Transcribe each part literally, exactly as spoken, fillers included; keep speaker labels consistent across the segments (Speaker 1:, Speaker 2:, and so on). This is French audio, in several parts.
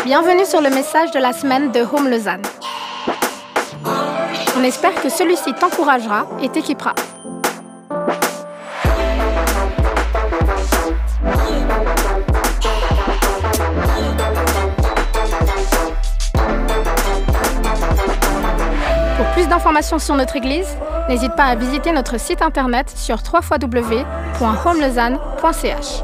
Speaker 1: Bienvenue sur le message de la semaine de Home Lausanne. On espère que celui-ci t'encouragera et t'équipera. Pour plus d'informations sur notre Église, n'hésite pas à visiter notre site internet sur w w w point home lausanne point c h.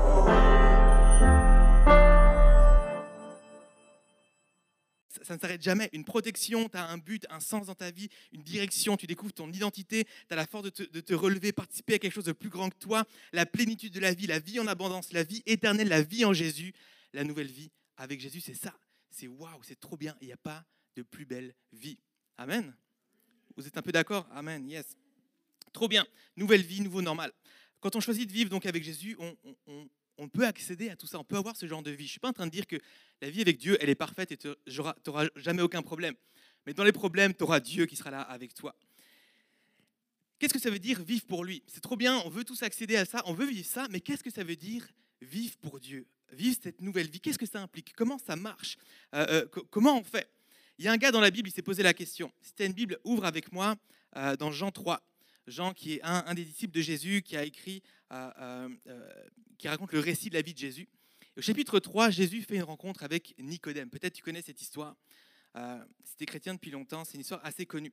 Speaker 2: Ça ne s'arrête jamais. Une protection, tu as un but, un sens dans ta vie, une direction, tu découvres ton identité, tu as la force de te, de te relever, participer à quelque chose de plus grand que toi, la plénitude de la vie, la vie en abondance, la vie éternelle, la vie en Jésus, la nouvelle vie avec Jésus, c'est ça. C'est waouh, c'est trop bien. Il n'y a pas de plus belle vie. Amen. Vous êtes un peu d'accord? Amen, yes. Trop bien. Nouvelle vie, nouveau normal. Quand on choisit de vivre donc avec Jésus, on, on, on On peut accéder à tout ça, on peut avoir ce genre de vie. Je ne suis pas en train de dire que la vie avec Dieu, elle est parfaite et tu n'auras jamais aucun problème. Mais dans les problèmes, tu auras Dieu qui sera là avec toi. Qu'est-ce que ça veut dire vivre pour lui? C'est trop bien, on veut tous accéder à ça, on veut vivre ça, mais qu'est-ce que ça veut dire vivre pour Dieu? Vivre cette nouvelle vie, qu'est-ce que ça implique? Comment ça marche? euh, euh, Comment on fait? Il y a un gars dans la Bible, il s'est posé la question. Si tu as une Bible, ouvre avec moi euh, dans Jean trois. Jean, qui est un, un des disciples de Jésus, qui a écrit, euh, euh, euh, qui raconte le récit de la vie de Jésus. Au chapitre trois, Jésus fait une rencontre avec Nicodème. Peut-être tu connais cette histoire. Euh, C'était chrétien depuis longtemps, c'est une histoire assez connue.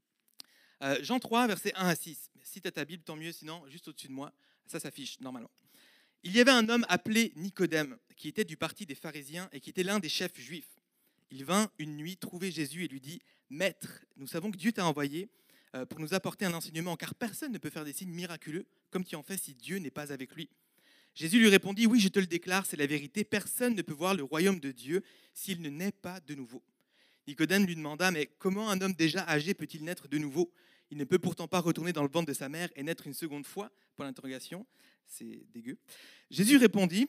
Speaker 2: Euh, Jean trois, versets un à six. Si tu as ta Bible, tant mieux, sinon, juste au-dessus de moi, ça s'affiche normalement. Il y avait un homme appelé Nicodème, qui était du parti des pharisiens et qui était l'un des chefs juifs. Il vint une nuit trouver Jésus et lui dit « Maître, nous savons que Dieu t'a envoyé pour nous apporter un enseignement, car personne ne peut faire des signes miraculeux comme tu en fais si Dieu n'est pas avec lui. » Jésus lui répondit, « Oui, je te le déclare, c'est la vérité, personne ne peut voir le royaume de Dieu s'il ne naît pas de nouveau. » Nicodème lui demanda, « Mais comment un homme déjà âgé peut-il naître de nouveau? Il ne peut pourtant pas retourner dans le ventre de sa mère et naître une seconde fois ?» Pour l'interrogation, c'est dégueu. Jésus répondit,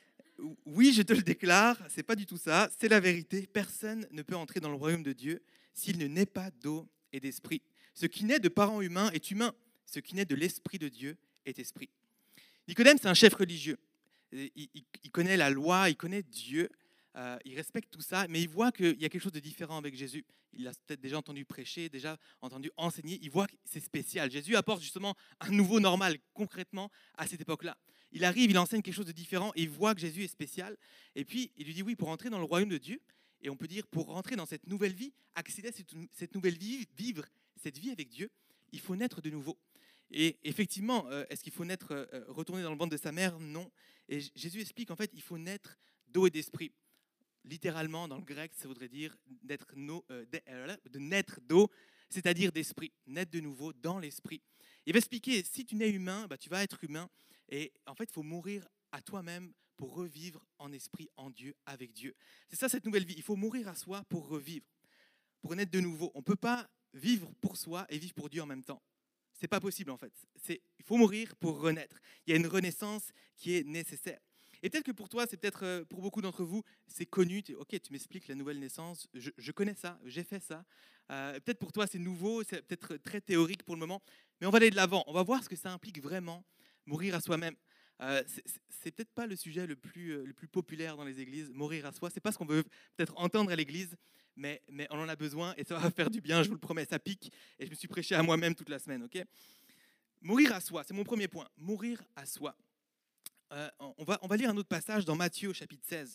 Speaker 2: « Oui, je te le déclare, c'est pas du tout ça, c'est la vérité, personne ne peut entrer dans le royaume de Dieu s'il ne naît pas d'eau et d'esprit. Ce qui naît de parents humains est humain. Ce qui naît de l'Esprit de Dieu est esprit. » Nicodème, c'est un chef religieux. Il, il, il connaît la loi, il connaît Dieu, euh, il respecte tout ça, mais il voit qu'il y a quelque chose de différent avec Jésus. Il l'a peut-être déjà entendu prêcher, déjà entendu enseigner. Il voit que c'est spécial. Jésus apporte justement un nouveau normal, concrètement, à cette époque-là. Il arrive, il enseigne quelque chose de différent et il voit que Jésus est spécial. Et puis, il lui dit, oui, pour entrer dans le royaume de Dieu, et on peut dire, pour rentrer dans cette nouvelle vie, accéder à cette, cette nouvelle vie, vivre cette vie avec Dieu, il faut naître de nouveau. Et effectivement, euh, est-ce qu'il faut naître, euh, retourner dans le ventre de sa mère? Non. Et Jésus explique, en fait, il faut naître d'eau et d'esprit. Littéralement, dans le grec, ça voudrait dire d'être no, euh, de, euh, de naître d'eau, c'est-à-dire d'esprit, naître de nouveau dans l'esprit. Il va expliquer, si tu nais humain, bah, tu vas être humain. Et en fait, il faut mourir à toi-même pour revivre en esprit, en Dieu, avec Dieu. C'est ça, cette nouvelle vie. Il faut mourir à soi pour revivre, pour naître de nouveau. On ne peut pas vivre pour soi et vivre pour Dieu en même temps. Ce n'est pas possible en fait. C'est, il faut mourir pour renaître. Il y a une renaissance qui est nécessaire. Et peut-être que pour toi, c'est peut-être pour beaucoup d'entre vous, c'est connu. Ok, tu m'expliques la nouvelle naissance, je, je connais ça, j'ai fait ça. Euh, peut-être pour toi, c'est nouveau, c'est peut-être très théorique pour le moment, mais on va aller de l'avant. On va voir ce que ça implique vraiment, mourir à soi-même. Euh, c'est, c'est peut-être pas le sujet le plus, le plus populaire dans les églises, mourir à soi. C'est pas ce qu'on veut peut-être entendre à l'église. Mais, mais on en a besoin et ça va faire du bien, je vous le promets, ça pique. Et je me suis prêché à moi-même toute la semaine, ok? Mourir à soi, c'est mon premier point. Mourir à soi. Euh, on, va, on va lire un autre passage dans Matthieu, au chapitre seize.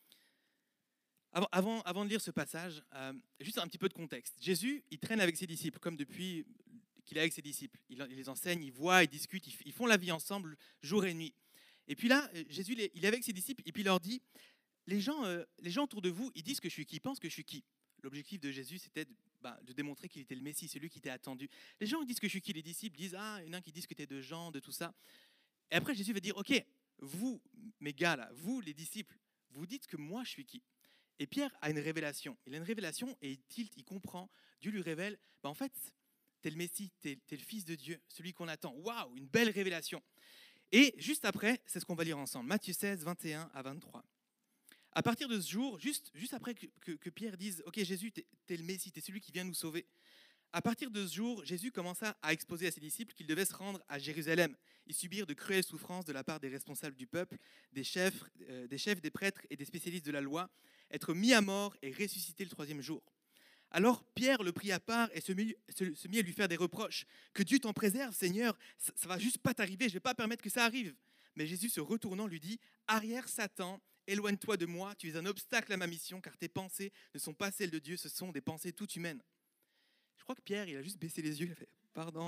Speaker 2: Avant, avant, avant de lire ce passage, euh, juste un petit peu de contexte. Jésus, il traîne avec ses disciples, comme depuis qu'il est avec ses disciples. Il, il les enseigne, il voit, il discute, ils, ils font la vie ensemble, jour et nuit. Et puis là, Jésus, il est avec ses disciples et puis il leur dit, les gens, euh, les gens autour de vous, ils disent que je suis qui, ils pensent que je suis qui. L'objectif de Jésus, c'était de, bah, de démontrer qu'il était le Messie, celui qui était attendu. Les gens ils disent que je suis qui, les disciples disent, ah, il y en a qui disent que tu es de Jean, de tout ça. Et après, Jésus va dire, ok, vous, mes gars, là, vous, les disciples, vous dites que moi, je suis qui? Et Pierre a une révélation. Il a une révélation et il tilt, il comprend. Dieu lui révèle, bah, en fait, tu es le Messie, tu es, tu es le Fils de Dieu, celui qu'on attend. Waouh, une belle révélation. Et juste après, c'est ce qu'on va lire ensemble. Matthieu seize, vingt et un à vingt-trois. À partir de ce jour, juste, juste après que, que, que Pierre dise « Ok, Jésus, tu es le Messie, tu es celui qui vient nous sauver », à partir de ce jour, Jésus commença à exposer à ses disciples qu'ils devaient se rendre à Jérusalem et subir de cruelles souffrances de la part des responsables du peuple, des chefs, euh, des chefs, des prêtres et des spécialistes de la loi, être mis à mort et ressuscité le troisième jour. Alors Pierre le prit à part et se mit, se, se mit à lui faire des reproches. « Que Dieu t'en préserve, Seigneur, ça ne va juste pas t'arriver, je ne vais pas permettre que ça arrive. » Mais Jésus se retournant lui dit « Arrière Satan, éloigne-toi de moi, tu es un obstacle à ma mission, car tes pensées ne sont pas celles de Dieu, ce sont des pensées toutes humaines. » Je crois que Pierre, il a juste baissé les yeux, il a fait « Pardon ?»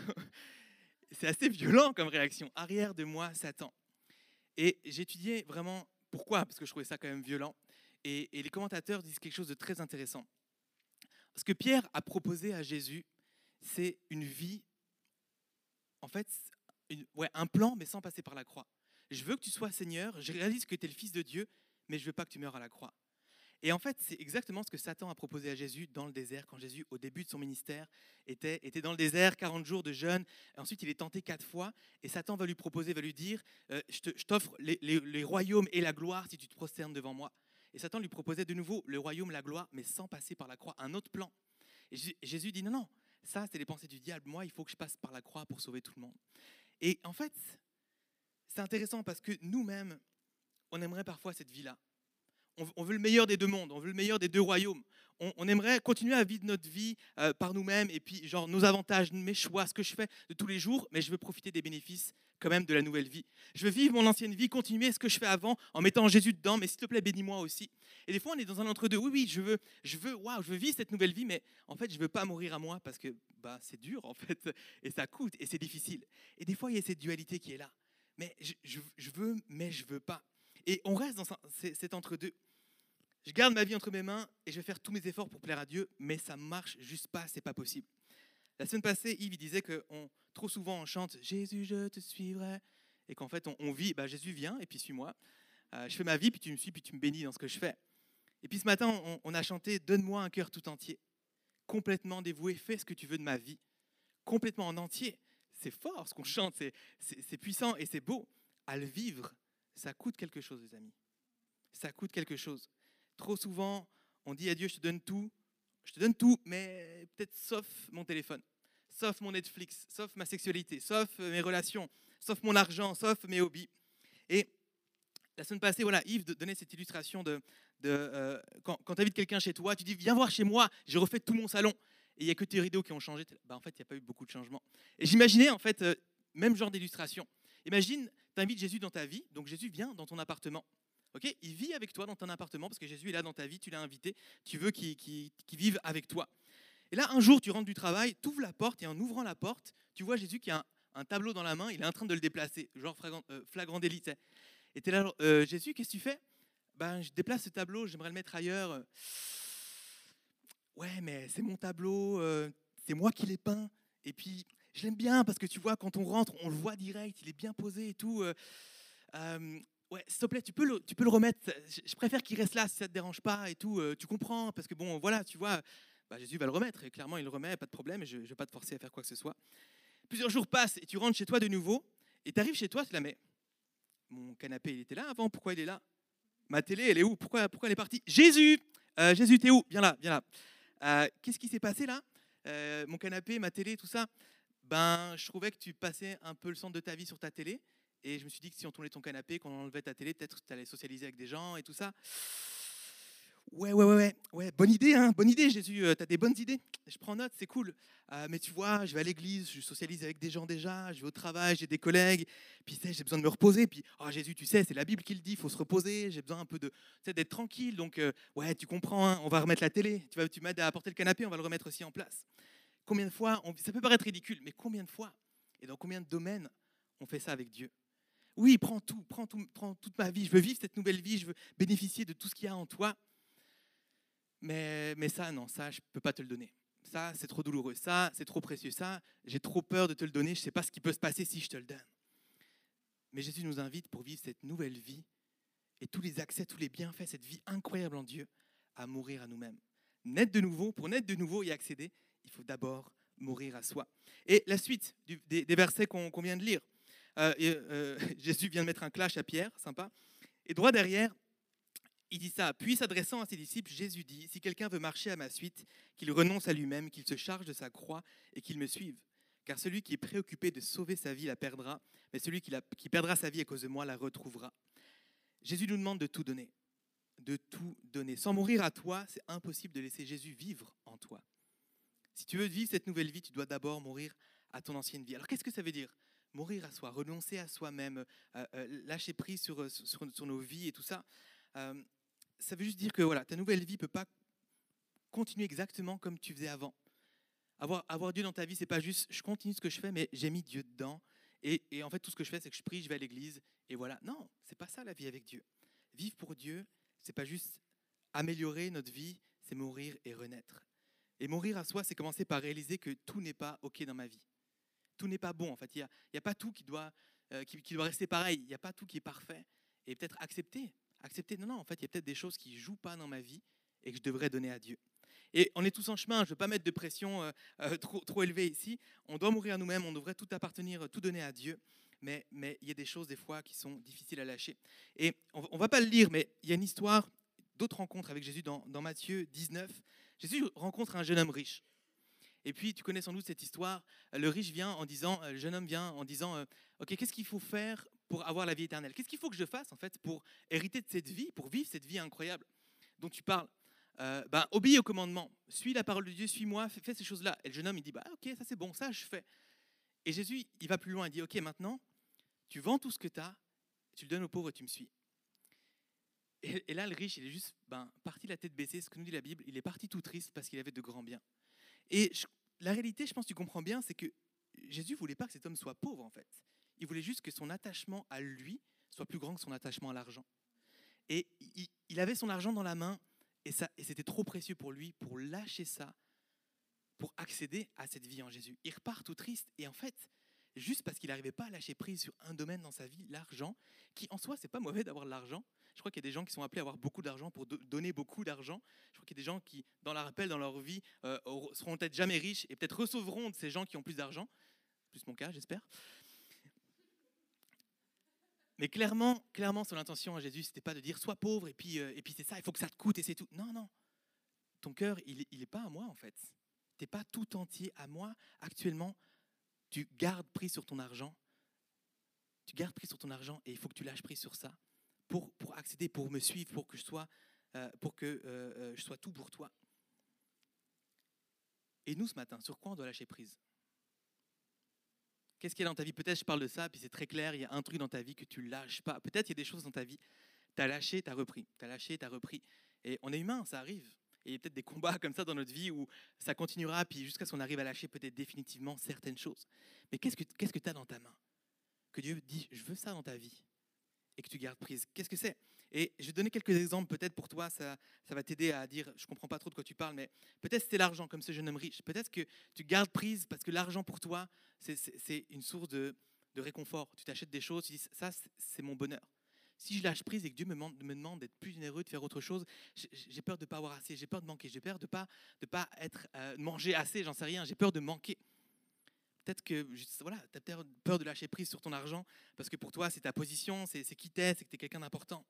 Speaker 2: C'est assez violent comme réaction. « Arrière de moi, Satan. » Et j'étudiais vraiment pourquoi, parce que je trouvais ça quand même violent. Et, et les commentateurs disent quelque chose de très intéressant. Ce que Pierre a proposé à Jésus, c'est une vie, en fait, une, ouais, un plan, mais sans passer par la croix. Je veux que tu sois Seigneur, je réalise que tu es le Fils de Dieu, mais je ne veux pas que tu meures à la croix. Et en fait, c'est exactement ce que Satan a proposé à Jésus dans le désert, quand Jésus, au début de son ministère, était, était dans le désert, quarante jours de jeûne. Et ensuite, il est tenté quatre fois, et Satan va lui proposer, va lui dire, euh, je, te, je t'offre les, les, les royaumes et la gloire si tu te prosternes devant moi. Et Satan lui proposait de nouveau le royaume, la gloire, mais sans passer par la croix, un autre plan. Et Jésus dit non, non, ça c'est les pensées du diable. Moi, il faut que je passe par la croix pour sauver tout le monde. Et en fait, c'est intéressant parce que nous-mêmes, on aimerait parfois cette vie-là. On, on veut le meilleur des deux mondes, on veut le meilleur des deux royaumes. On, on aimerait continuer à vivre notre vie euh, par nous-mêmes et puis genre nos avantages, mes choix, ce que je fais de tous les jours, mais je veux profiter des bénéfices quand même de la nouvelle vie. Je veux vivre mon ancienne vie, continuer ce que je fais avant en mettant Jésus dedans, mais s'il te plaît, bénis-moi aussi. Et des fois, on est dans un entre-deux. Oui, oui, je veux, je veux, waouh, je veux vivre cette nouvelle vie, mais en fait, je ne veux pas mourir à moi parce que bah, c'est dur, en fait, et ça coûte, et c'est difficile. Et des fois, il y a cette dualité qui est là. Mais je, je, je veux, mais je ne veux pas. Et on reste dans cet entre-deux. Je garde ma vie entre mes mains et je vais faire tous mes efforts pour plaire à Dieu, mais ça ne marche juste pas, ce n'est pas possible. La semaine passée, Yves il disait que on, trop souvent on chante « Jésus, je te suivrai » et qu'en fait on, on vit bah, « Jésus, viens et puis suis-moi euh, ». Je fais ma vie, puis tu me suis, puis tu me bénis dans ce que je fais. Et puis ce matin, on, on a chanté « Donne-moi un cœur tout entier ». Complètement dévoué, fais ce que tu veux de ma vie. Complètement en entier. C'est fort ce qu'on chante, c'est, c'est, c'est puissant et c'est beau. À le vivre, ça coûte quelque chose, les amis. Ça coûte quelque chose. Trop souvent, on dit à Dieu « Je te donne tout ». Je te donne tout, mais peut-être sauf mon téléphone, sauf mon Netflix, sauf ma sexualité, sauf mes relations, sauf mon argent, sauf mes hobbies. Et la semaine passée, voilà, Yves donnait cette illustration de, de euh, quand, quand tu invites quelqu'un chez toi, tu dis « Viens voir chez moi, j'ai refait tout mon salon ». Et il n'y a que tes rideaux qui ont changé. Bah, en fait, il n'y a pas eu beaucoup de changements. Et j'imaginais, en fait, euh, même genre d'illustration. Imagine, tu invites Jésus dans ta vie, donc Jésus vient dans ton appartement. Okay, il vit avec toi dans ton appartement parce que Jésus est là dans ta vie, tu l'as invité, tu veux qu'il, qu'il, qu'il vive avec toi. Et là, un jour, tu rentres du travail, tu ouvres la porte et en ouvrant la porte, tu vois Jésus qui a un, un tableau dans la main, il est en train de le déplacer, genre flagrant, euh, flagrant délit. Et tu es là, euh, Jésus, qu'est-ce que tu fais ? Ben, je déplace ce tableau, j'aimerais le mettre ailleurs. Ouais, mais c'est mon tableau, euh, c'est moi qui l'ai peint. Et puis, je l'aime bien parce que tu vois, quand on rentre, on le voit direct, il est bien posé et tout. Euh, euh, Ouais, s'il te plaît, tu peux le, tu peux le remettre. Je préfère qu'il reste là si ça ne te dérange pas et tout. Euh, tu comprends, parce que bon, voilà, tu vois, bah, Jésus va le remettre. Et clairement, il le remet, pas de problème. Et je ne vais pas te forcer à faire quoi que ce soit. Plusieurs jours passent et tu rentres chez toi de nouveau. Et tu arrives chez toi, tu la mets. Mon canapé, il était là avant. Pourquoi il est là ? Ma télé, elle est où ? Pourquoi, pourquoi elle est partie ? Jésus, euh, Jésus, t'es où ? Viens là, viens là. Euh, qu'est-ce qui s'est passé là ? euh, Mon canapé, ma télé, tout ça. Ben, je trouvais que tu passais un peu le centre de ta vie sur ta télé. Et je me suis dit que si on tournait ton canapé, qu'on enlevait ta télé, peut-être tu allais socialiser avec des gens et tout ça. Ouais, ouais, ouais, ouais, ouais. Bonne idée, hein, bonne idée, Jésus. Euh, tu as des bonnes idées. Je prends note, c'est cool. Euh, mais tu vois, je vais à l'église, je socialise avec des gens déjà, je vais au travail, j'ai des collègues. Puis tu sais, j'ai besoin de me reposer. Puis, oh Jésus, tu sais, c'est la Bible qui le dit, il faut se reposer. J'ai besoin un peu de, tu sais, d'être tranquille. Donc, euh, ouais, tu comprends, hein, on va remettre la télé. Tu vas, tu m'aides à apporter le canapé, on va le remettre aussi en place. Combien de fois, on, ça peut paraître ridicule, mais combien de fois et dans combien de domaines on fait ça avec Dieu ? Oui, prends tout, prends tout, prends toute ma vie. Je veux vivre cette nouvelle vie, je veux bénéficier de tout ce qu'il y a en toi. Mais, mais ça, non, ça, je ne peux pas te le donner. Ça, c'est trop douloureux. Ça, c'est trop précieux. Ça, j'ai trop peur de te le donner. Je ne sais pas ce qui peut se passer si je te le donne. Mais Jésus nous invite pour vivre cette nouvelle vie et tous les accès, tous les bienfaits, cette vie incroyable en Dieu, à mourir à nous-mêmes. Naître de nouveau, pour naître de nouveau et accéder, il faut d'abord mourir à soi. Et la suite du, des, des versets qu'on, qu'on vient de lire. Euh, et, euh, Jésus vient de mettre un clash à Pierre, sympa. Et droit derrière, il dit ça. Puis s'adressant à ses disciples, Jésus dit, si quelqu'un veut marcher à ma suite, qu'il renonce à lui-même, qu'il se charge de sa croix et qu'il me suive. Car celui qui est préoccupé de sauver sa vie la perdra, mais celui qui, la, qui perdra sa vie à cause de moi la retrouvera. Jésus nous demande de tout donner. de tout donner. Sans mourir à toi, c'est impossible de laisser Jésus vivre en toi. Si tu veux vivre cette nouvelle vie, tu dois d'abord mourir à ton ancienne vie. Alors qu'est-ce que ça veut dire ? Mourir à soi, renoncer à soi-même, euh, euh, lâcher prise sur, sur, sur nos vies et tout ça. Euh, ça veut juste dire que voilà, ta nouvelle vie ne peut pas continuer exactement comme tu faisais avant. Avoir, avoir Dieu dans ta vie, ce n'est pas juste je continue ce que je fais, mais j'ai mis Dieu dedans. Et, et en fait, tout ce que je fais, c'est que je prie, je vais à l'église, et voilà. Non, ce n'est pas ça la vie avec Dieu. Vivre pour Dieu, ce n'est pas juste améliorer notre vie, c'est mourir et renaître. Et mourir à soi, c'est commencer par réaliser que tout n'est pas OK dans ma vie. Tout n'est pas bon, en fait. Il n'y a, il y a pas tout qui doit, euh, qui, qui doit rester pareil. Il n'y a pas tout qui est parfait. Et peut-être accepter. Accepter, non, non, en fait, il y a peut-être des choses qui ne jouent pas dans ma vie et que je devrais donner à Dieu. Et on est tous en chemin, je ne veux pas mettre de pression euh, euh, trop, trop élevée ici. On doit mourir à nous-mêmes, on devrait tout appartenir, tout donner à Dieu. Mais, mais il y a des choses, des fois, qui sont difficiles à lâcher. Et on ne va pas le lire, mais il y a une histoire d'autres rencontres avec Jésus dans, dans Matthieu dix-neuf. Jésus rencontre un jeune homme riche. Et puis, tu connais sans doute cette histoire. Le riche vient en disant, le jeune homme vient en disant, euh, ok, qu'est-ce qu'il faut faire pour avoir la vie éternelle ? Qu'est-ce qu'il faut que je fasse en fait pour hériter de cette vie, pour vivre cette vie incroyable dont tu parles ? euh, ben, Obéis au commandement, suis la parole de Dieu, suis-moi, fais, fais ces choses-là. Et le jeune homme, il dit, bah, ok, ça c'est bon, ça je fais. Et Jésus, il va plus loin, il dit, ok, maintenant, tu vends tout ce que tu as, tu le donnes aux pauvres et tu me suis. Et, et là, le riche, il est juste ben, parti la tête baissée, ce que nous dit la Bible, il est parti tout triste parce qu'il avait de grands biens. Et je, la réalité, je pense que tu comprends bien, c'est que Jésus ne voulait pas que cet homme soit pauvre, en fait. Il voulait juste que son attachement à lui soit plus grand que son attachement à l'argent. Et il, il avait son argent dans la main, et, ça, et c'était trop précieux pour lui, pour lâcher ça, pour accéder à cette vie en Jésus. Il repart tout triste, et en fait, juste parce qu'il n'arrivait pas à lâcher prise sur un domaine dans sa vie, l'argent, qui en soi, c'est pas mauvais d'avoir de l'argent. Je crois qu'il y a des gens qui sont appelés à avoir beaucoup d'argent pour do- donner beaucoup d'argent. Je crois qu'il y a des gens qui, dans leur appel, dans leur vie, euh, seront peut-être jamais riches et peut-être recevront de ces gens qui ont plus d'argent. Plus mon cas, j'espère. Mais clairement, clairement, son intention à Jésus, c'était pas de dire sois pauvre et puis, euh, et puis c'est ça, il faut que ça te coûte et c'est tout. Non, non. Ton cœur, il n'est pas à moi en fait. Tu n'es pas tout entier à moi. Actuellement, tu gardes prise sur ton argent. Tu gardes prise sur ton argent et il faut que tu lâches prise sur ça pour, pour accéder, pour me suivre, pour que je sois, euh, pour que, euh, euh, je sois tout pour toi. Et nous, ce matin, sur quoi on doit lâcher prise ? Qu'est-ce qu'il y a dans ta vie ? Peut-être je parle de ça, puis c'est très clair, il y a un truc dans ta vie que tu ne lâches pas. Peut-être il y a des choses dans ta vie, tu as lâché, tu as repris. Tu as lâché, tu as repris. Et on est humain, ça arrive. Et il y a peut-être des combats comme ça dans notre vie où ça continuera, puis jusqu'à ce qu'on arrive à lâcher peut-être définitivement certaines choses. Mais qu'est-ce que qu'est-ce que tu as dans ta main ? Que Dieu dit, je veux ça dans ta vie, et que tu gardes prise. Qu'est-ce que c'est ? Et je vais te donner quelques exemples, peut-être pour toi, ça, ça va t'aider à dire, je ne comprends pas trop de quoi tu parles, mais peut-être c'est l'argent, comme ce jeune homme riche. Peut-être que tu gardes prise parce que l'argent pour toi, c'est, c'est, c'est une source de, de réconfort. Tu t'achètes des choses, tu dis, ça, c'est mon bonheur. Si je lâche prise et que Dieu me demande, me demande d'être plus généreux, de faire autre chose, j'ai peur de ne pas avoir assez, j'ai peur de manquer, j'ai peur de ne pas, de pas être, euh, manger assez, j'en sais rien, j'ai peur de manquer. Peut-être que voilà, tu as peut-être peur de lâcher prise sur ton argent parce que pour toi, c'est ta position, c'est, c'est qui t'es, c'est que tu es quelqu'un d'important.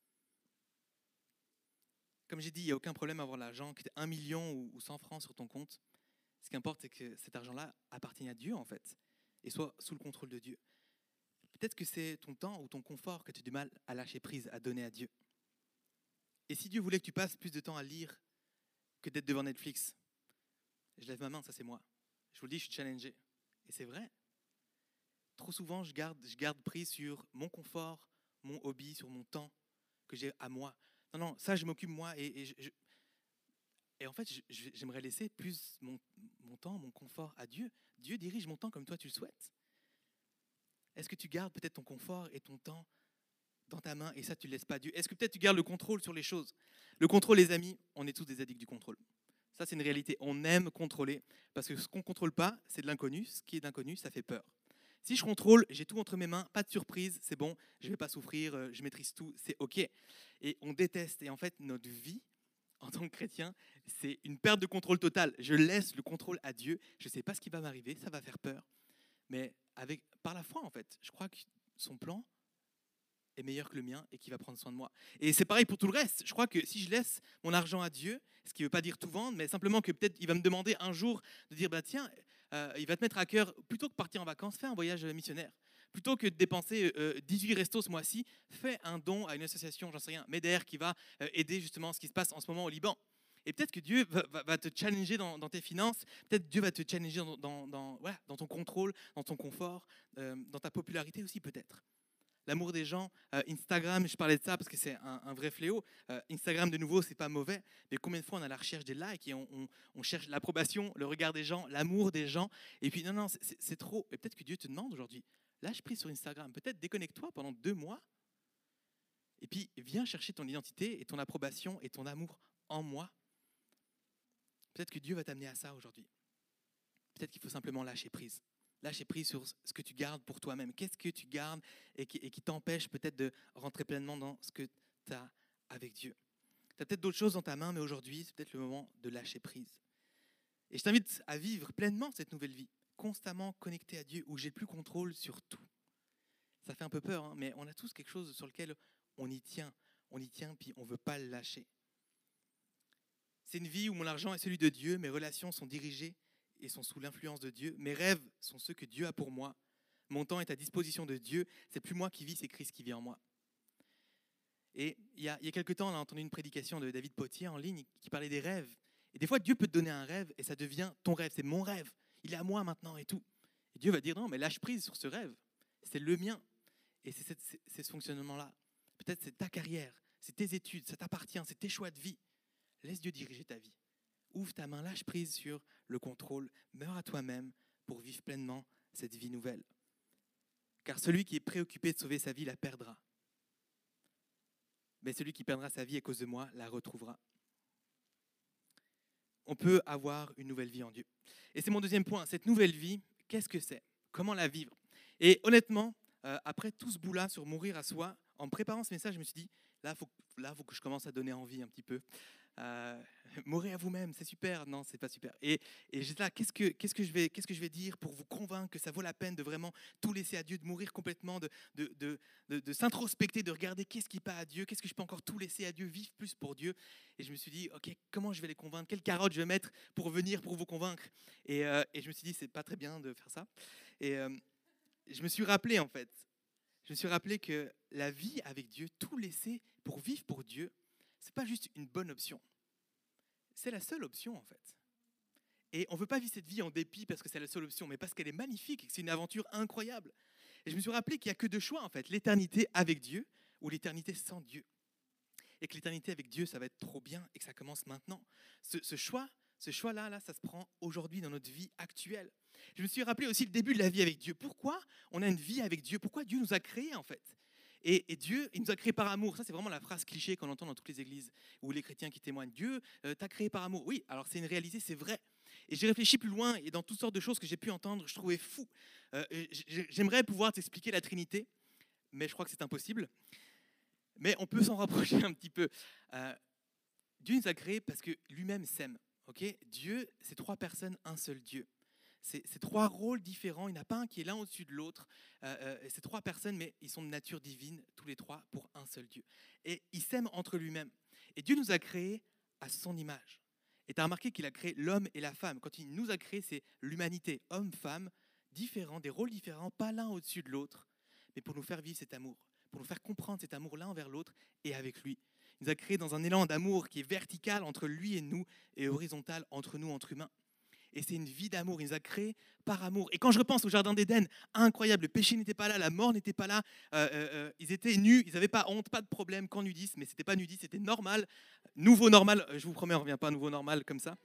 Speaker 2: Comme j'ai dit, il n'y a aucun problème à avoir l'argent, que tu aies un million ou cent francs sur ton compte. Ce qui importe, c'est que cet argent-là appartienne à Dieu, en fait, et soit sous le contrôle de Dieu. Peut-être que c'est ton temps ou ton confort que tu as du mal à lâcher prise, à donner à Dieu. Et si Dieu voulait que tu passes plus de temps à lire que d'être devant Netflix, je lève ma main, ça c'est moi. Je vous le dis, je suis challengé. Et c'est vrai. Trop souvent, je garde, je garde prise sur mon confort, mon hobby, sur mon temps que j'ai à moi. Non, non, ça, je m'occupe moi. Et, et, je, je, et en fait, je, je, j'aimerais laisser plus mon, mon temps, mon confort à Dieu. Dieu dirige mon temps comme toi, tu le souhaites. Est-ce que tu gardes peut-être ton confort et ton temps dans ta main et ça, tu ne laisses pas à Dieu ? Est-ce que peut-être tu gardes le contrôle sur les choses ? Le contrôle, les amis, on est tous des addicts du contrôle. Ça, c'est une réalité. On aime contrôler parce que ce qu'on ne contrôle pas, c'est de l'inconnu. Ce qui est d'inconnu, ça fait peur. Si je contrôle, j'ai tout entre mes mains, pas de surprise, c'est bon, je ne vais pas souffrir, je maîtrise tout, c'est OK. Et on déteste. Et en fait, notre vie, en tant que chrétien, c'est une perte de contrôle totale. Je laisse le contrôle à Dieu. Je ne sais pas ce qui va m'arriver, ça va faire peur. Mais avec, par la foi, en fait, je crois que son plan est meilleur que le mien et qu'il va prendre soin de moi. Et c'est pareil pour tout le reste. Je crois que si je laisse mon argent à Dieu, ce qui ne veut pas dire tout vendre, mais simplement que peut-être il va me demander un jour de dire, bah, tiens, euh, il va te mettre à cœur, plutôt que partir en vacances, fais un voyage missionnaire. Plutôt que de dépenser euh, dix-huit restos ce mois-ci, fais un don à une association, j'en sais rien, MEDER, qui va euh, aider justement ce qui se passe en ce moment au Liban. Et peut-être que Dieu va, va, va te challenger dans, dans tes finances, peut-être Dieu va te challenger dans, dans, dans, voilà, dans ton contrôle, dans ton confort, euh, dans ta popularité aussi peut-être. L'amour des gens, euh, Instagram, je parlais de ça parce que c'est un, un vrai fléau. Euh, Instagram, de nouveau, c'est pas mauvais, mais combien de fois on a la recherche des likes et on, on, on cherche l'approbation, le regard des gens, l'amour des gens, et puis non, non, c'est, c'est, c'est trop. Et peut-être que Dieu te demande aujourd'hui, lâche prise sur Instagram, peut-être déconnecte-toi pendant deux mois, et puis viens chercher ton identité et ton approbation et ton amour en moi. Peut-être que Dieu va t'amener à ça aujourd'hui. Peut-être qu'il faut simplement lâcher prise. Lâcher prise sur ce que tu gardes pour toi-même. Qu'est-ce que tu gardes et qui, et qui t'empêche peut-être de rentrer pleinement dans ce que tu as avec Dieu. Tu as peut-être d'autres choses dans ta main, mais aujourd'hui, c'est peut-être le moment de lâcher prise. Et je t'invite à vivre pleinement cette nouvelle vie, constamment connecté à Dieu, où j'ai plus contrôle sur tout. Ça fait un peu peur, hein, mais on a tous quelque chose sur lequel on y tient. On y tient, puis on ne veut pas le lâcher. C'est une vie où mon argent est celui de Dieu, mes relations sont dirigées et sont sous l'influence de Dieu. Mes rêves sont ceux que Dieu a pour moi. Mon temps est à disposition de Dieu. C'est plus moi qui vis, c'est Christ qui vit en moi. Et il y a, il y a quelques temps, on a entendu une prédication de David Potier en ligne qui parlait des rêves. Et des fois, Dieu peut te donner un rêve et ça devient ton rêve. C'est mon rêve. Il est à moi maintenant et tout. Et Dieu va dire non, mais lâche prise sur ce rêve. C'est le mien. Et c'est, cette, c'est, c'est ce fonctionnement-là. Peut-être c'est ta carrière, c'est tes études, ça t'appartient, c'est tes choix de vie. Laisse Dieu diriger ta vie. Ouvre ta main, lâche prise sur le contrôle, meurs à toi-même pour vivre pleinement cette vie nouvelle. Car celui qui est préoccupé de sauver sa vie la perdra. Mais celui qui perdra sa vie à cause de moi la retrouvera. On peut avoir une nouvelle vie en Dieu. Et c'est mon deuxième point. Cette nouvelle vie, qu'est-ce que c'est ? Comment la vivre ? Et honnêtement, euh, après tout ce bout-là sur mourir à soi, en préparant ce message, je me suis dit, là, il faut, là, faut que je commence à donner envie un petit peu. Euh, mourrez à vous-même, c'est super. Non, c'est pas super. Et, et j'étais là, qu'est-ce que, qu'est-ce, que je vais, qu'est-ce que je vais dire pour vous convaincre que ça vaut la peine de vraiment tout laisser à Dieu, de mourir complètement, de, de, de, de, de s'introspecter, de regarder qu'est-ce qui pas à Dieu, qu'est-ce que je peux encore tout laisser à Dieu, vivre plus pour Dieu. Et je me suis dit, ok, comment je vais les convaincre, quelle carotte je vais mettre pour venir, pour vous convaincre. Et, euh, et je me suis dit, c'est pas très bien de faire ça. Et euh, je me suis rappelé en fait, je me suis rappelé que la vie avec Dieu, tout laisser pour vivre pour Dieu, c'est pas juste une bonne option. C'est la seule option en fait. Et on ne veut pas vivre cette vie en dépit parce que c'est la seule option, mais parce qu'elle est magnifique et que c'est une aventure incroyable. Et je me suis rappelé qu'il n'y a que deux choix en fait, l'éternité avec Dieu ou l'éternité sans Dieu. Et que l'éternité avec Dieu, ça va être trop bien et que ça commence maintenant. Ce, ce choix, ce choix-là, là, ça se prend aujourd'hui dans notre vie actuelle. Je me suis rappelé aussi le début de la vie avec Dieu. Pourquoi on a une vie avec Dieu ? Pourquoi Dieu nous a créés en fait ? Et, et Dieu, il nous a créés par amour. Ça, c'est vraiment la phrase cliché qu'on entend dans toutes les églises ou les chrétiens qui témoignent. Dieu euh, t'a créé par amour. Oui, alors c'est une réalité, c'est vrai. Et j'ai réfléchi plus loin et dans toutes sortes de choses que j'ai pu entendre, je trouvais fou. Euh, j'aimerais pouvoir t'expliquer la Trinité, mais je crois que c'est impossible. Mais on peut s'en rapprocher un petit peu. Euh, Dieu nous a créés parce que lui-même s'aime. Okay ? Dieu, c'est trois personnes, un seul Dieu. C'est, c'est trois rôles différents. Il n'y en a pas un qui est l'un au-dessus de l'autre. Euh, euh, c'est trois personnes, mais ils sont de nature divine, tous les trois, pour un seul Dieu. Et ils s'aiment entre lui-même. Et Dieu nous a créés à son image. Et tu as remarqué qu'il a créé l'homme et la femme. Quand il nous a créés, c'est l'humanité, homme, femme, différents, des rôles différents, pas l'un au-dessus de l'autre, mais pour nous faire vivre cet amour, pour nous faire comprendre cet amour l'un envers l'autre et avec lui. Il nous a créés dans un élan d'amour qui est vertical entre lui et nous et horizontal entre nous, entre humains. Et c'est une vie d'amour, il nous a créés par amour. Et quand je repense au Jardin d'Éden, incroyable, le péché n'était pas là, la mort n'était pas là, euh, euh, ils étaient nus, ils n'avaient pas honte, pas de problème, quand nudistes, mais ce n'était pas nudiste, c'était normal, nouveau normal, je vous promets, on ne revient pas à nouveau normal comme ça.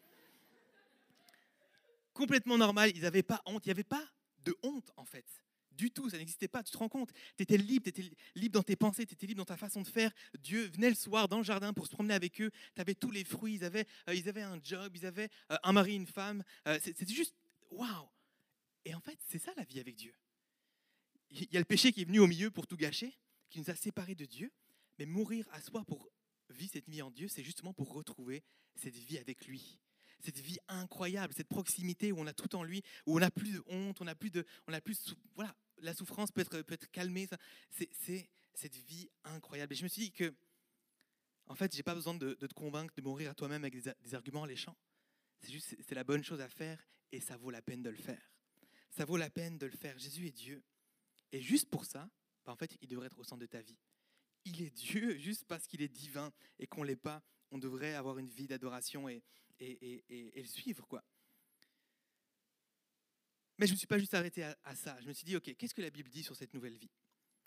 Speaker 2: Complètement normal, ils n'avaient pas honte, il n'y avait pas de honte en fait. Du tout, ça n'existait pas, tu te rends compte, tu étais libre, tu étais libre dans tes pensées, tu étais libre dans ta façon de faire. Dieu venait le soir dans le jardin pour se promener avec eux, tu avais tous les fruits, ils avaient, euh, ils avaient un job, ils avaient euh, un mari, une femme, euh, c'était juste waouh. Et en fait, c'est ça la vie avec Dieu. Il y a le péché qui est venu au milieu pour tout gâcher, qui nous a séparés de Dieu, mais mourir à soi pour vivre cette vie en Dieu, c'est justement pour retrouver cette vie avec lui. Cette vie incroyable, cette proximité où on a tout en lui, où on n'a plus de honte, on n'a plus de, on n'a plus, voilà, la souffrance peut être, peut être calmée. Ça, c'est, c'est cette vie incroyable. Et je me suis dit que, en fait, j'ai pas besoin de, de te convaincre de mourir à toi-même avec des, des arguments alléchants. C'est juste, c'est la bonne chose à faire et ça vaut la peine de le faire. Ça vaut la peine de le faire. Jésus est Dieu. Et juste pour ça, bah, en fait, il devrait être au centre de ta vie. Il est Dieu juste parce qu'il est divin et qu'on ne l'est pas. On devrait avoir une vie d'adoration et, et, et, et, et le suivre, quoi. Mais je ne me suis pas juste arrêté à, à ça. Je me suis dit, ok, qu'est-ce que la Bible dit sur cette nouvelle vie?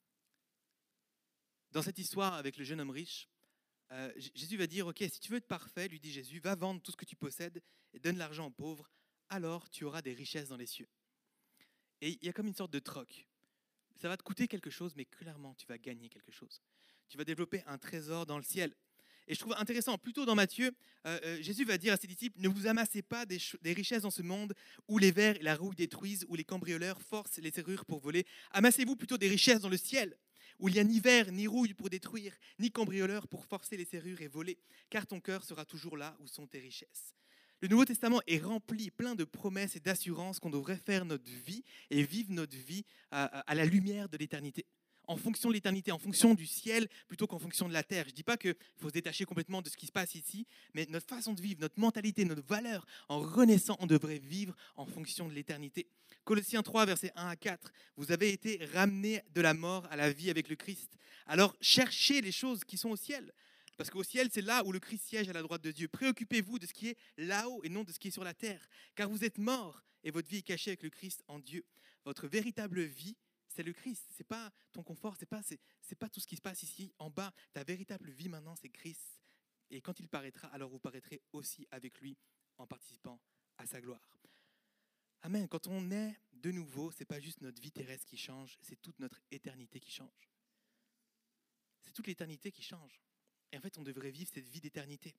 Speaker 2: Dans cette histoire avec le jeune homme riche, euh, Jésus va dire, ok, si tu veux être parfait, lui dit Jésus, va vendre tout ce que tu possèdes et donne l'argent aux pauvres, alors tu auras des richesses dans les cieux. Et il y a comme une sorte de troc. Ça va te coûter quelque chose, mais clairement, tu vas gagner quelque chose. Tu vas développer un trésor dans le ciel. Et je trouve intéressant, plutôt dans Matthieu, euh, euh, Jésus va dire à ses disciples, ne vous amassez pas des, ch- des richesses dans ce monde où les vers et la rouille détruisent, où les cambrioleurs forcent les serrures pour voler. Amassez-vous plutôt des richesses dans le ciel, où il n'y a ni vers, ni rouille pour détruire, ni cambrioleurs pour forcer les serrures et voler, car ton cœur sera toujours là où sont tes richesses. Le Nouveau Testament est rempli, plein de promesses et d'assurances qu'on devrait faire notre vie et vivre notre vie à, à la lumière de l'éternité, en fonction de l'éternité, en fonction du ciel plutôt qu'en fonction de la terre. Je ne dis pas qu'il faut se détacher complètement de ce qui se passe ici, mais notre façon de vivre, notre mentalité, notre valeur, en renaissant, on devrait vivre en fonction de l'éternité. Colossiens trois, versets un à quatre, vous avez été ramenés de la mort à la vie avec le Christ. Alors cherchez les choses qui sont au ciel. Parce qu'au ciel, c'est là où le Christ siège à la droite de Dieu. Préoccupez-vous de ce qui est là-haut et non de ce qui est sur la terre. Car vous êtes morts et votre vie est cachée avec le Christ en Dieu. Votre véritable vie, c'est le Christ. Ce n'est pas ton confort, ce n'est pas, c'est, c'est pas tout ce qui se passe ici en bas. Ta véritable vie maintenant, c'est Christ. Et quand il paraîtra, alors vous paraîtrez aussi avec lui en participant à sa gloire. Amen. Quand on est de nouveau, ce n'est pas juste notre vie terrestre qui change, c'est toute notre éternité qui change. C'est toute l'éternité qui change. Et en fait, on devrait vivre cette vie d'éternité.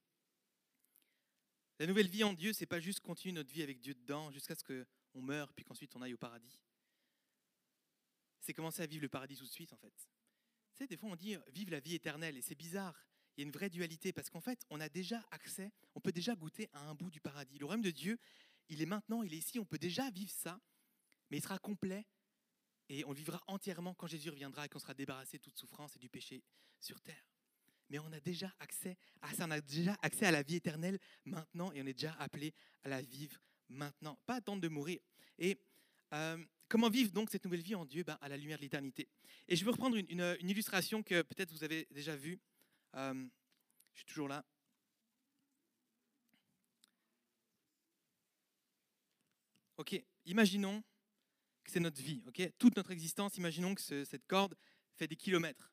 Speaker 2: La nouvelle vie en Dieu, ce n'est pas juste continuer notre vie avec Dieu dedans jusqu'à ce qu'on meure, puis qu'ensuite on aille au paradis. C'est commencer à vivre le paradis tout de suite, en fait. Tu sais, des fois, on dit « vive la vie éternelle », et c'est bizarre. Il y a une vraie dualité, parce qu'en fait, on a déjà accès, on peut déjà goûter à un bout du paradis. Le royaume de Dieu, il est maintenant, il est ici, on peut déjà vivre ça, mais il sera complet, et on le vivra entièrement quand Jésus reviendra et qu'on sera débarrassé de toute souffrance et du péché sur terre. Mais on a déjà accès à ça, on a déjà accès à la vie éternelle maintenant et on est déjà appelé à la vivre maintenant, pas attendre de mourir. Et euh, comment vivre donc cette nouvelle vie en Dieu? Ben, à la lumière de l'éternité. Et je veux reprendre une, une, une illustration que peut-être vous avez déjà vue. Euh, je suis toujours là. Ok, imaginons que c'est notre vie, ok? Toute notre existence, imaginons que ce, cette corde fait des kilomètres.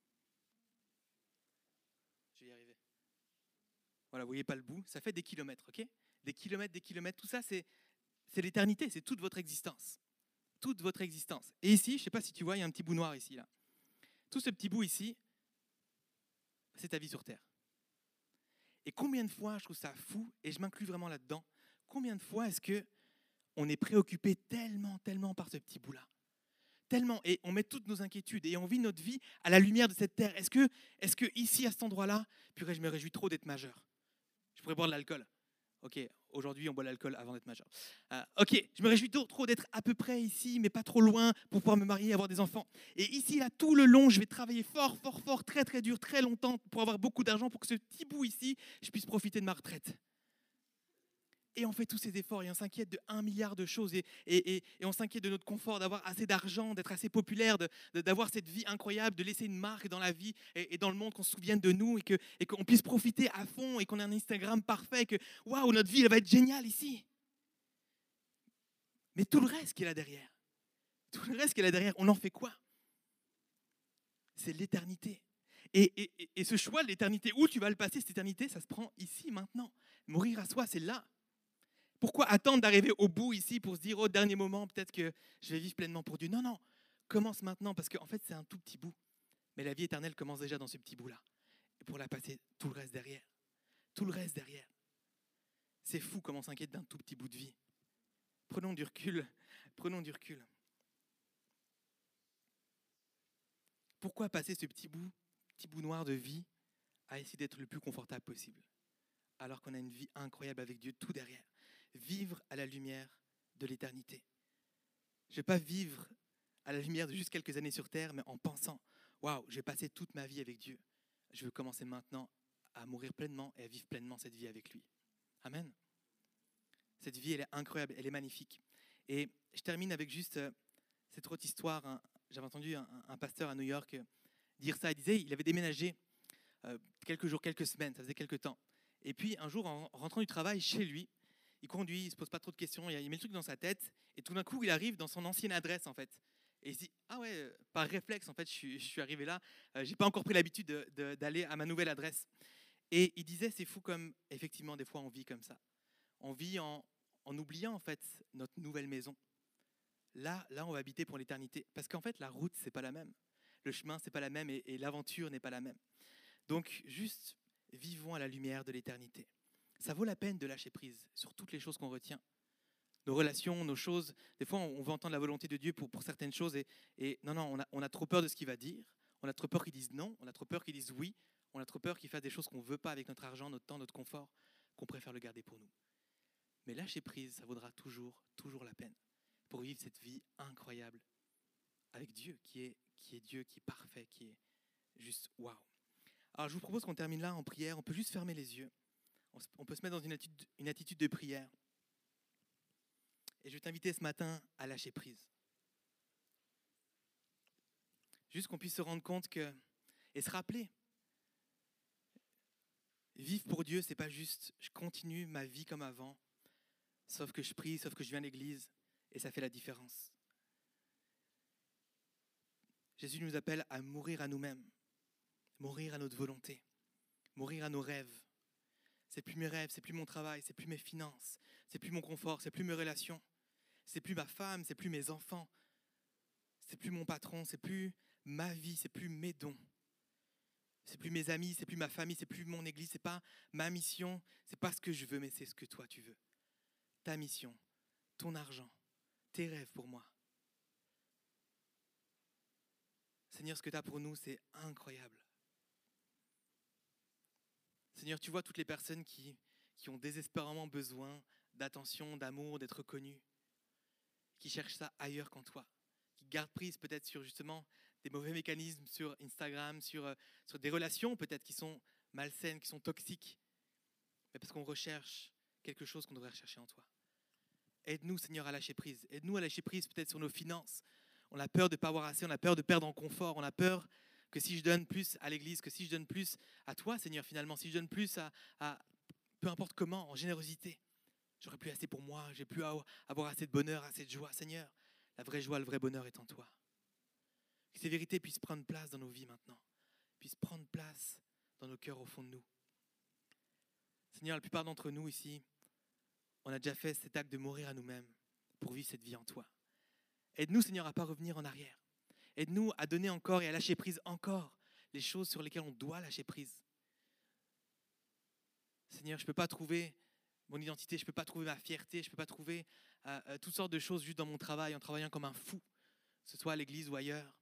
Speaker 2: Voilà, vous voyez pas le bout, ça fait des kilomètres, ok? Des kilomètres, des kilomètres, tout ça, c'est, c'est l'éternité, c'est toute votre existence. Toute votre existence. Et ici, je ne sais pas si tu vois, il y a un petit bout noir ici, là. Tout ce petit bout ici, c'est ta vie sur Terre. Et combien de fois, je trouve ça fou, et je m'inclus vraiment là-dedans, combien de fois est-ce qu'on est préoccupé tellement, tellement par ce petit bout-là? Tellement, et on met toutes nos inquiétudes, et on vit notre vie à la lumière de cette terre. Est-ce que, est-ce que ici, à cet endroit-là, purée, je me réjouis trop d'être majeur? Je pourrais boire de l'alcool. Ok, aujourd'hui, on boit de l'alcool avant d'être majeur. Euh, ok, je me réjouis trop, trop d'être à peu près ici, mais pas trop loin pour pouvoir me marier et avoir des enfants. Et ici, là, tout le long, je vais travailler fort, fort, fort, très, très dur, très longtemps pour avoir beaucoup d'argent pour que ce petit bout ici, je puisse profiter de ma retraite. Et on fait tous ces efforts et on s'inquiète de un milliard de choses et, et, et, et on s'inquiète de notre confort, d'avoir assez d'argent, d'être assez populaire, de, de, d'avoir cette vie incroyable, de laisser une marque dans la vie et, et dans le monde, qu'on se souvienne de nous et, que, et qu'on puisse profiter à fond et qu'on ait un Instagram parfait, que waouh, notre vie elle va être géniale ici. Mais tout le reste qui est là derrière, tout le reste qui est là derrière, on en fait quoi? C'est l'éternité. Et, et, et ce choix de l'éternité, où tu vas le passer, cette éternité, ça se prend ici, maintenant. Mourir à soi, c'est là. Pourquoi attendre d'arriver au bout ici pour se dire au dernier moment, peut-être que je vais vivre pleinement pour Dieu? Non, non, commence maintenant parce qu'en fait, c'est un tout petit bout. Mais la vie éternelle commence déjà dans ce petit bout-là. Et pour la passer, tout le reste derrière. Tout le reste derrière. C'est fou comment on s'inquiète d'un tout petit bout de vie. Prenons du recul. Prenons du recul. Pourquoi passer ce petit bout, petit bout noir de vie à essayer d'être le plus confortable possible alors qu'on a une vie incroyable avec Dieu tout derrière? Vivre à la lumière de l'éternité. Je ne vais pas vivre à la lumière de juste quelques années sur terre, mais en pensant, waouh, j'ai passé toute ma vie avec Dieu. Je veux commencer maintenant à mourir pleinement et à vivre pleinement cette vie avec lui. Amen. Cette vie, elle est incroyable, elle est magnifique. Et je termine avec juste euh, cette autre histoire, hein, j'avais entendu un, un pasteur à New York dire ça. Il disait il avait déménagé euh, quelques jours, quelques semaines, ça faisait quelques temps. Et puis un jour, en rentrant du travail chez lui, il conduit, il ne se pose pas trop de questions, il met le truc dans sa tête, et tout d'un coup, il arrive dans son ancienne adresse, en fait. Et il se dit, ah ouais, par réflexe, en fait, je suis, je suis arrivé là, euh, je n'ai pas encore pris l'habitude de, de, d'aller à ma nouvelle adresse. Et il disait, c'est fou comme, effectivement, des fois, on vit comme ça. On vit en, en oubliant, en fait, notre nouvelle maison. Là, là, on va habiter pour l'éternité. Parce qu'en fait, la route, ce n'est pas la même. Le chemin, ce n'est pas la même, et, et l'aventure n'est pas la même. Donc, juste, vivons à la lumière de l'éternité. Ça vaut la peine de lâcher prise sur toutes les choses qu'on retient. Nos relations, nos choses. Des fois, on veut entendre la volonté de Dieu pour, pour certaines choses. Et, et non, non, on a, on a trop peur de ce qu'il va dire. On a trop peur qu'il dise non. On a trop peur qu'il dise oui. On a trop peur qu'il fasse des choses qu'on ne veut pas avec notre argent, notre temps, notre confort, qu'on préfère le garder pour nous. Mais lâcher prise, ça vaudra toujours, toujours la peine pour vivre cette vie incroyable avec Dieu, qui est, qui est Dieu, qui est parfait, qui est juste waouh. Alors, je vous propose qu'on termine là en prière. On peut juste fermer les yeux. On peut se mettre dans une attitude, une attitude de prière. Et je vais t'inviter ce matin à lâcher prise. Juste qu'on puisse se rendre compte que, et se rappeler, vivre pour Dieu, c'est pas juste je continue ma vie comme avant, sauf que je prie, sauf que je viens à l'église, et ça fait la différence. Jésus nous appelle à mourir à nous-mêmes, mourir à notre volonté, mourir à nos rêves. C'est plus mes rêves, c'est plus mon travail, c'est plus mes finances, c'est plus mon confort, c'est plus mes relations, c'est plus ma femme, c'est plus mes enfants, c'est plus mon patron, c'est plus ma vie, c'est plus mes dons, c'est plus mes amis, c'est plus ma famille, c'est plus mon église, c'est pas ma mission, c'est pas ce que je veux, mais c'est ce que toi tu veux. Ta mission, ton argent, tes rêves pour moi. Seigneur, ce que tu as pour nous, c'est incroyable. Seigneur, tu vois toutes les personnes qui, qui ont désespérément besoin d'attention, d'amour, d'être connues, qui cherchent ça ailleurs qu'en toi, qui gardent prise peut-être sur justement des mauvais mécanismes sur Instagram, sur, sur des relations peut-être qui sont malsaines, qui sont toxiques, mais parce qu'on recherche quelque chose qu'on devrait rechercher en toi. Aide-nous, Seigneur, à lâcher prise. Aide-nous à lâcher prise peut-être sur nos finances. On a peur de ne pas avoir assez, on a peur de perdre en confort, on a peur que si je donne plus à l'église, que si je donne plus à toi, Seigneur, finalement, si je donne plus à, à peu importe comment, en générosité, j'aurai plus assez pour moi, j'ai plus à avoir assez de bonheur, assez de joie. Seigneur, la vraie joie, le vrai bonheur est en toi. Que ces vérités puissent prendre place dans nos vies maintenant, puissent prendre place dans nos cœurs au fond de nous. Seigneur, la plupart d'entre nous ici, on a déjà fait cet acte de mourir à nous-mêmes pour vivre cette vie en toi. Aide-nous, Seigneur, à ne pas revenir en arrière. Aide-nous à donner encore et à lâcher prise encore les choses sur lesquelles on doit lâcher prise. Seigneur, je ne peux pas trouver mon identité, je ne peux pas trouver ma fierté, je ne peux pas trouver euh, euh, toutes sortes de choses juste dans mon travail, en travaillant comme un fou, que ce soit à l'église ou ailleurs.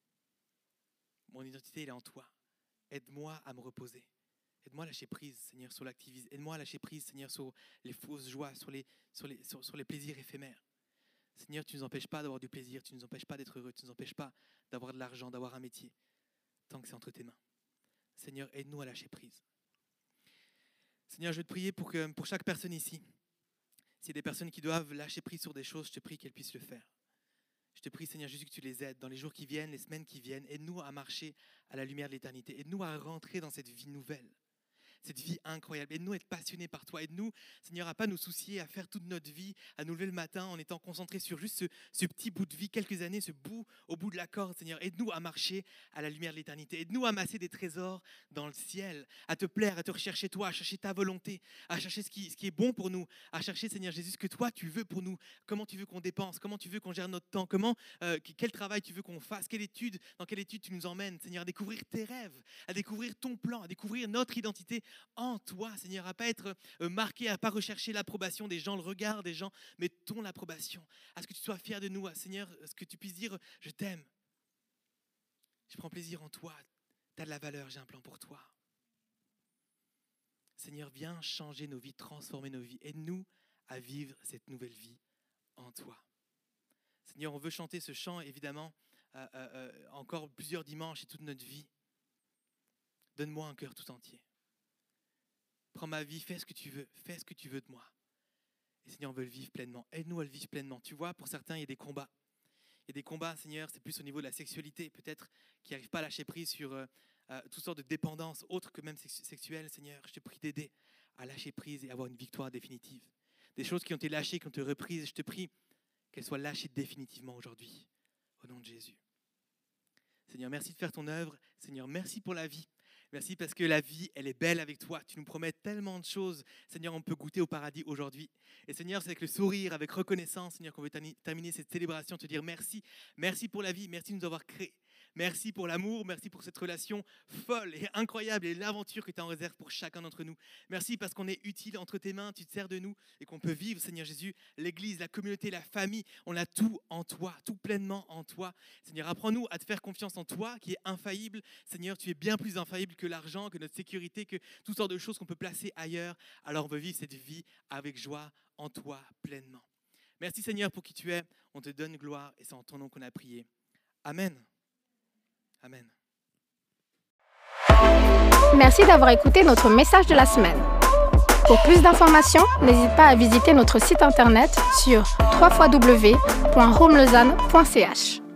Speaker 2: Mon identité, elle est en toi. Aide-moi à me reposer. Aide-moi à lâcher prise, Seigneur, sur l'activisme. Aide-moi à lâcher prise, Seigneur, sur les fausses joies, sur les, sur les, sur, sur les plaisirs éphémères. Seigneur, tu ne nous empêches pas d'avoir du plaisir, tu ne nous empêches pas d'être heureux, tu ne nous empêches pas d'avoir de l'argent, d'avoir un métier, tant que c'est entre tes mains. Seigneur, aide-nous à lâcher prise. Seigneur, je veux te prier pour, que, pour chaque personne ici, s'il y a des personnes qui doivent lâcher prise sur des choses, je te prie qu'elles puissent le faire. Je te prie, Seigneur Jésus, que tu les aides dans les jours qui viennent, les semaines qui viennent. Aide-nous à marcher à la lumière de l'éternité. Aide-nous à rentrer dans cette vie nouvelle. Cette vie incroyable. Aide-nous à être passionnés par toi. Aide-nous, Seigneur, à ne pas nous soucier, à faire toute notre vie, à nous lever le matin en étant concentrés sur juste ce, ce petit bout de vie, quelques années, ce bout au bout de la corde. Seigneur, aide-nous à marcher à la lumière de l'éternité. Aide-nous à amasser des trésors dans le ciel, à te plaire, à te rechercher toi, à chercher ta volonté, à chercher ce qui, ce qui est bon pour nous, à chercher, Seigneur Jésus, ce que toi tu veux pour nous, comment tu veux qu'on dépense, comment tu veux qu'on gère notre temps, comment, euh, quel travail tu veux qu'on fasse, quelle étude, dans quelle étude tu nous emmènes, Seigneur, à découvrir tes rêves, à découvrir ton plan, à découvrir notre identité en toi, Seigneur, à ne pas être marqué, à ne pas rechercher l'approbation des gens, le regard des gens, mais ton approbation. À ce que tu sois fier de nous, à, Seigneur, à ce que tu puisses dire, je t'aime. Je prends plaisir en toi. Tu as de la valeur, j'ai un plan pour toi. Seigneur, viens changer nos vies, transformer nos vies. Aide-nous à vivre cette nouvelle vie en toi. Seigneur, on veut chanter ce chant, évidemment, euh, euh, encore plusieurs dimanches et toute notre vie. Donne-moi un cœur tout entier. Prends ma vie, fais ce que tu veux, fais ce que tu veux de moi. Et Seigneur, on veut le vivre pleinement. Aide-nous à le vivre pleinement. Tu vois, pour certains, il y a des combats Il y a des combats, Seigneur, c'est plus au niveau de la sexualité, peut-être, qui n'arrivent pas à lâcher prise sur euh, euh, toutes sortes de dépendances, autres que même sex- sexuelles, Seigneur. Je te prie d'aider à lâcher prise et avoir une victoire définitive. Des choses qui ont été lâchées, qui ont été reprises, je te prie qu'elles soient lâchées définitivement aujourd'hui, au nom de Jésus. Seigneur, merci de faire ton œuvre. Seigneur, merci pour la vie. Merci parce que la vie, elle est belle avec toi. Tu nous promets tellement de choses. Seigneur, on peut goûter au paradis aujourd'hui. Et Seigneur, c'est avec le sourire, avec reconnaissance, Seigneur, qu'on veut terminer cette célébration, te dire merci. Merci pour la vie, merci de nous avoir créés. Merci pour l'amour, merci pour cette relation folle et incroyable et l'aventure que tu as en réserve pour chacun d'entre nous. Merci parce qu'on est utile entre tes mains, tu te sers de nous et qu'on peut vivre, Seigneur Jésus, l'Église, la communauté, la famille. On a tout en toi, tout pleinement en toi. Seigneur, apprends-nous à te faire confiance en toi qui est infaillible. Seigneur, tu es bien plus infaillible que l'argent, que notre sécurité, que toutes sortes de choses qu'on peut placer ailleurs. Alors on veut vivre cette vie avec joie en toi pleinement. Merci Seigneur pour qui tu es. On te donne gloire et c'est en ton nom qu'on a prié. Amen. Amen.
Speaker 1: Merci d'avoir écouté notre message de la semaine. Pour plus d'informations, n'hésite pas à visiter notre site internet sur w w w point home lausanne point c h.